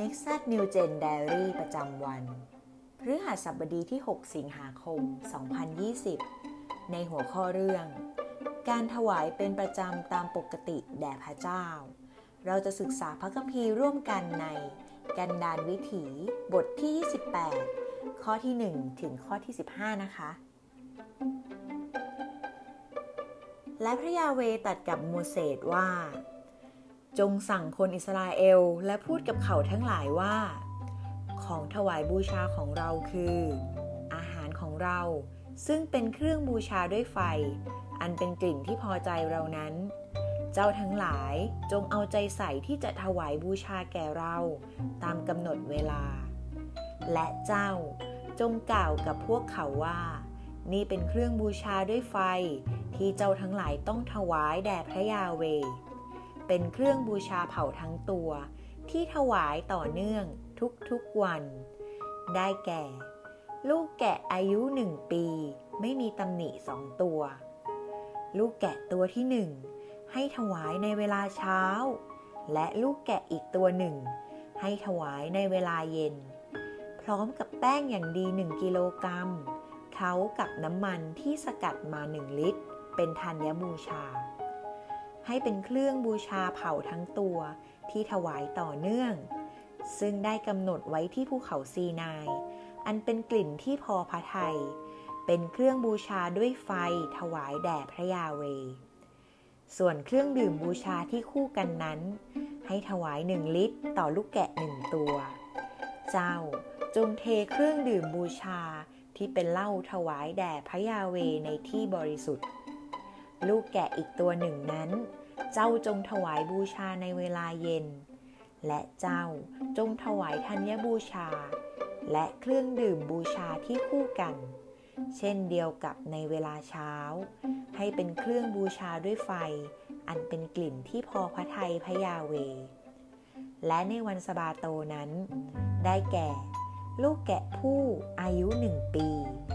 Next New Gen Diary ประจำวันพฤหัสบดีที่ 6 สิงหาคม 2020 ในหัวข้อเรื่องการถวายเป็นประจำตามปกติแด่พระเจ้าเราจะศึกษาพระคัมภีร์ร่วมกันในกันดารวิถีบทที่ 28 ข้อที่ 1 ถึงข้อที่ 15 นะคะและพระยาเวห์ตรัสกับโมเสสว่าจงสั่งคนอิสราเอลและพูดกับเขาทั้งหลายว่าของถวายบูชาของเราคืออาหารของเราซึ่งเป็นเครื่องบูชาด้วยไฟอันเป็นกลิ่นที่พอใจเรานั้นเจ้าทั้งหลายจงเอาใจใส่ที่จะถวายบูชาแก่เราตามกำหนดเวลาและเจ้าจงกล่าวกับพวกเขาว่านี่เป็นเครื่องบูชาด้วยไฟที่เจ้าทั้งหลายต้องถวายแด่พระยาเวห์เป็นเครื่องบูชาเผาทั้งตัวที่ถวายต่อเนื่องทุกๆวันได้แก่ลูกแกะอายุ1 ปีไม่มีตำหนิ2 ตัวลูกแกะตัวที่1ให้ถวายในเวลาเช้าและลูกแกะอีกตัวหนึ่งให้ถวายในเวลาเย็นพร้อมกับแป้งอย่างดี1 กิโลกรัมเคล้ากับน้ำมันที่สกัดมา1 ลิตรเป็นธัญบูชาให้เป็นเครื่องบูชาเผาทั้งตัวที่ถวายต่อเนื่องซึ่งได้กำหนดไว้ที่ภูเขาซีนายอันเป็นกลิ่นที่พอพระทัยเป็นเครื่องบูชาด้วยไฟถวายแด่พระยาเวห์ส่วนเครื่องดื่มบูชาที่คู่กันนั้นให้ถวาย1 ลิตรต่อลูกแกะ1 ตัวเจ้าจงเทเครื่องดื่มบูชาที่เป็นเหล้าถวายแด่พระยาเวห์ในที่บริสุทธิ์ลูกแกะอีกตัวหนึ่งนั้นเจ้าจงถวายบูชาในเวลาเย็นและเจ้าจงถวายธัญบูชาและเครื่องดื่มบูชาที่คู่กันเช่นเดียวกับในเวลาเช้าให้เป็นเครื่องบูชาด้วยไฟอันเป็นกลิ่นที่พอพระทัยพระยาเวห์และในวันสะบาโตนั้นได้แก่ลูกแกะผู้อายุ1 ปี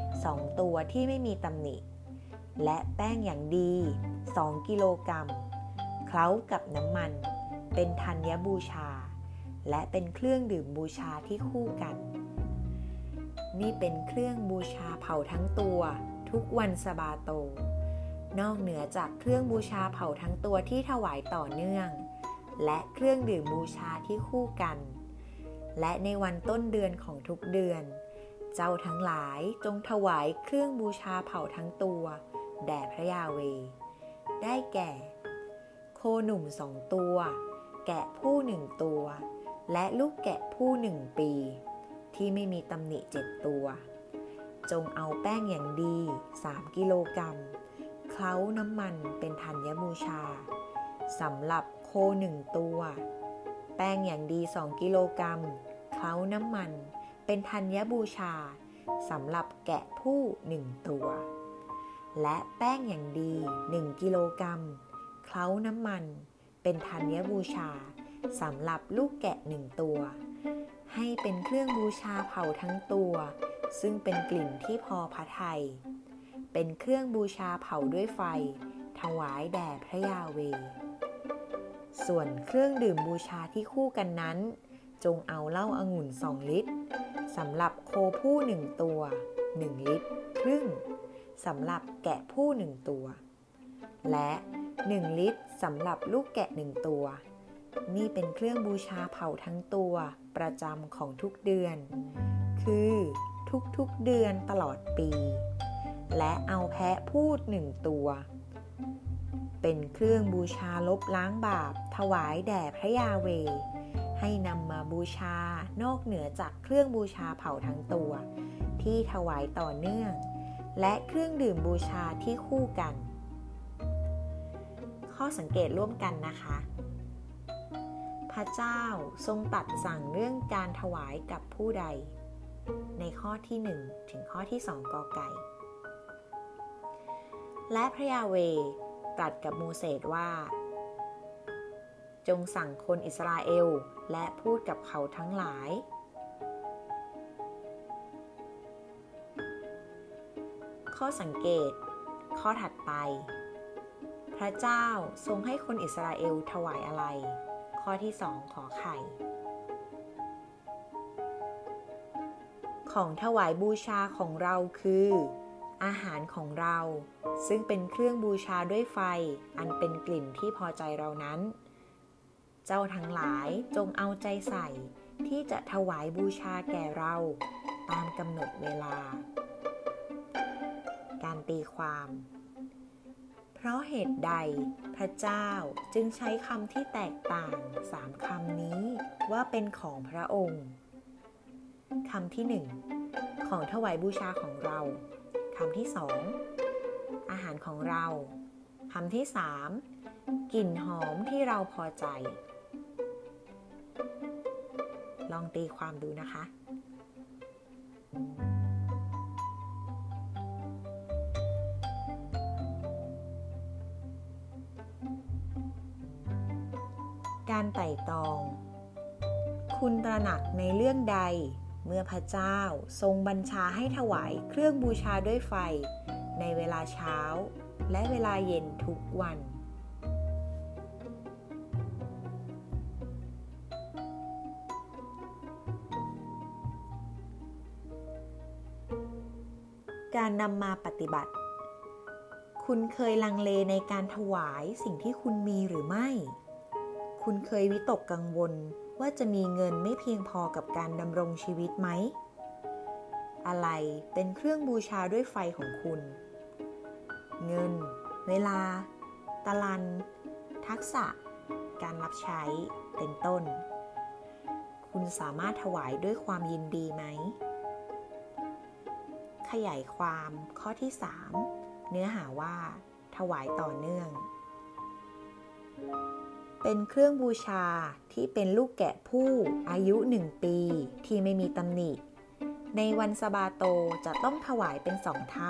2 ตัวที่ไม่มีตำหนิและแป้งอย่างดี2 กิโลกรัมเคล้ากับน้ำมันเป็นธัญบูชาและเป็นเครื่องดื่มบูชาที่คู่กันนี่เป็นเครื่องบูชาเผาทั้งตัวทุกวันสะบาโตนอกเหนือจากเครื่องบูชาเผาทั้งตัวที่ถวายต่อเนื่องและเครื่องดื่มบูชาที่คู่กันและในวันต้นเดือนของทุกเดือนเจ้าทั้งหลายจงถวายเครื่องบูชาเผาทั้งตัวแด่พระยาเวห์ได้แก่โคหนุ่ม2 ตัวแกะผู้1 ตัวและลูกแกะผู้1 ปีที่ไม่มีตำหนิ7 ตัวจงเอาแป้งอย่างดี3 กิโลกรัมเคล้าน้ำมันเป็นธัญบูชาสำหรับโค1 ตัวแป้งอย่างดี2 กิโลกรัมเคล้าน้ำมันเป็นธัญบูชาสำหรับแกะผู้1 ตัวและแป้งอย่างดี1 กิโลกรัมเคล้าน้ำมันเป็นธัญบูชาสำหรับลูกแกะ1 ตัวให้เป็นเครื่องบูชาเผาทั้งตัวซึ่งเป็นกลิ่นที่พอพระทัยเป็นเครื่องบูชาเผาด้วยไฟถวายแด่พระยาเวห์ส่วนเครื่องดื่มบูชาที่คู่กันนั้นจงเอาเหล้าองุ่น2 ลิตรสำหรับโคผู้1 ตัว1 ลิตรครึ่งสำหรับแกะผู้1 ตัวและ1 ลิตรสำหรับลูกแกะ1 ตัวนี่เป็นเครื่องบูชาเผาทั้งตัวประจำของทุกเดือนคือทุกๆเดือนตลอดปีและเอาแพะพูด1 ตัวเป็นเครื่องบูชาลบล้างบาปถวายแด่พระยาเวห์ให้นำมาบูชานอกเหนือจากเครื่องบูชาเผาทั้งตัวที่ถวายต่อเนื่องและเครื่องดื่มบูชาที่คู่กันข้อสังเกตร่วมกันนะคะพระเจ้าทรงตรัสสั่งเรื่องการถวายกับผู้ใดในข้อที่1ถึงข้อที่2 กอไก่และพระยาเวห์ตรัสกับโมเสสว่าจงสั่งคนอิสราเอลและพูดกับเขาทั้งหลายข้อสังเกตข้อถัดไปพระเจ้าทรงให้คนอิสราเอลถวายอะไรข้อที่2 ขอไข่ของถวายบูชาของเราคืออาหารของเราซึ่งเป็นเครื่องบูชาด้วยไฟอันเป็นกลิ่นที่พอใจเรานั้นเจ้าทั้งหลายจงเอาใจใส่ที่จะถวายบูชาแก่เราตามกำหนดเวลาการตีความเพราะเหตุใดพระเจ้าจึงใช้คำที่แตกต่าง3คำนี้ว่าเป็นของพระองค์คำที่1ของถวายบูชาของเราคำที่2อาหารของเราคำที่3กลิ่นหอมที่เราพอใจลองตีความดูนะคะการไต่ตรองคุณตระหนักในเรื่องใดเมื่อพระเจ้าทรงบัญชาให้ถวายเครื่องบูชาด้วยไฟในเวลาเช้าและเวลาเย็นทุกวันการนำมาปฏิบัติคุณเคยลังเลในการถวายสิ่งที่คุณมีหรือไม่คุณเคยวิตกกังวลว่าจะมีเงินไม่เพียงพอกับการดำรงชีวิตไหมอะไรเป็นเครื่องบูชาด้วยไฟของคุณเงินเวลาตะลันทักษะการรับใช้เป็นต้นคุณสามารถถวายด้วยความยินดีไหมขยายความข้อที่3เนื้อหาว่าถวายต่อเนื่องเป็นเครื่องบูชาที่เป็นลูกแกะผู้อายุ1 ปีที่ไม่มีตำหนิในวันสะบาโตจะต้องถวายเป็น2 เท่า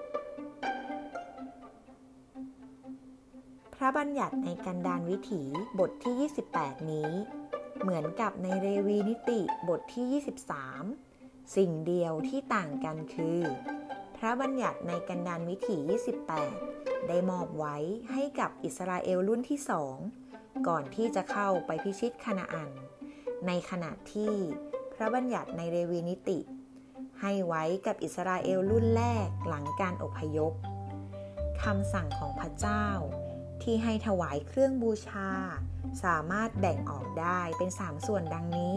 พระบัญญัติในกันดารวิถีบทที่28นี้เหมือนกับในเรวีนิติบทที่23สิ่งเดียวที่ต่างกันคือพระบัญญัติในกันดารวิถี28ได้มอบไว้ให้กับอิสราเอลรุ่นที่2ก่อนที่จะเข้าไปพิชิตคานาอันในขณะที่พระบัญญัติในเรวีนิติให้ไว้กับอิสราเอลรุ่นแรกหลังการอพยพคำสั่งของพระเจ้าที่ให้ถวายเครื่องบูชาสามารถแบ่งออกได้เป็น3ส่วนดังนี้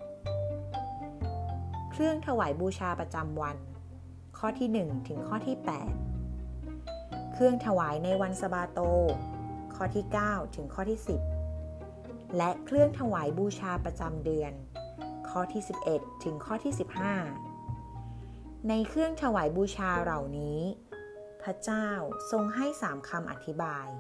เครื่องถวายบูชาประจำวันข้อที่1ถึงข้อที่8เครื่องถวายในวันสะบาโตข้อที่9ถึงข้อที่10และเครื่องถวายบูชาประจำเดือนข้อที่11ถึงข้อที่15ในเครื่องถวายบูชาเหล่านี้พระเจ้าทรงให้3คำอธิบาย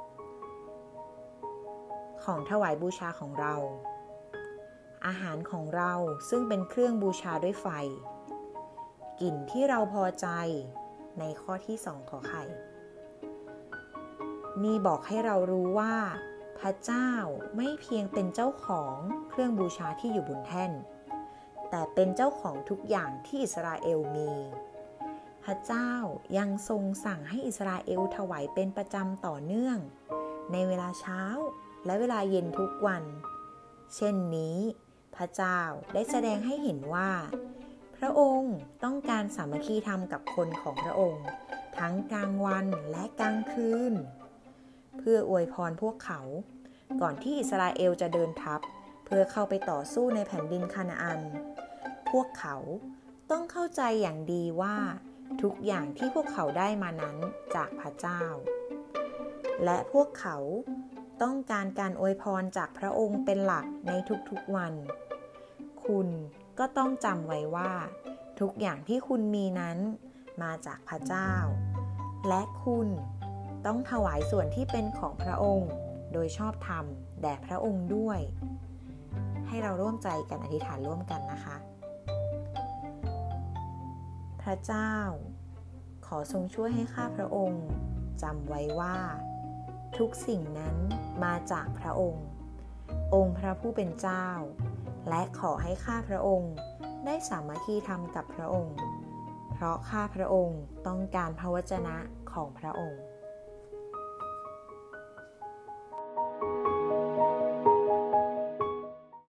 ของถวายบูชาของเราอาหารของเราซึ่งเป็นเครื่องบูชาด้วยไฟกลิ่นที่เราพอใจในข้อที่2ขอไข่นี่บอกให้เรารู้ว่าพระเจ้าไม่เพียงเป็นเจ้าของเครื่องบูชาที่อยู่บนแท่นแต่เป็นเจ้าของทุกอย่างที่อิสราเอลมีพระเจ้ายังทรงสั่งให้อิสราเอลถวายเป็นประจำต่อเนื่องในเวลาเช้าและเวลาเย็นทุกวันเช่นนี้พระเจ้าได้แสดงให้เห็นว่าพระองค์ต้องการสามัคคีธรรมกับคนของพระองค์ทั้งกลางวันและกลางคืนเพื่ออวยพรพวกเขาก่อนที่อิสราเอลจะเดินทัพเพื่อเข้าไปต่อสู้ในแผ่นดินคานาอันพวกเขาต้องเข้าใจอย่างดีว่าทุกอย่างที่พวกเขาได้มานั้นจากพระเจ้าและพวกเขาต้องการอวยพรจากพระองค์เป็นหลักในทุกๆวันคุณก็ต้องจำไว้ว่าทุกอย่างที่คุณมีนั้นมาจากพระเจ้าและคุณต้องถวายส่วนที่เป็นของพระองค์โดยชอบธรรมแด่พระองค์ด้วยให้เราร่วมใจกันอธิษฐานร่วมกันนะคะพระเจ้าขอทรงช่วยให้ข้าพระองค์จำไว้ว่าทุกสิ่งนั้นมาจากพระองค์องค์พระผู้เป็นเจ้าและขอให้ข้าพระองค์ได้สามัคคีธรรมกับพระองค์เพราะข้าพระองค์ต้องการพระวจนะของพระองค์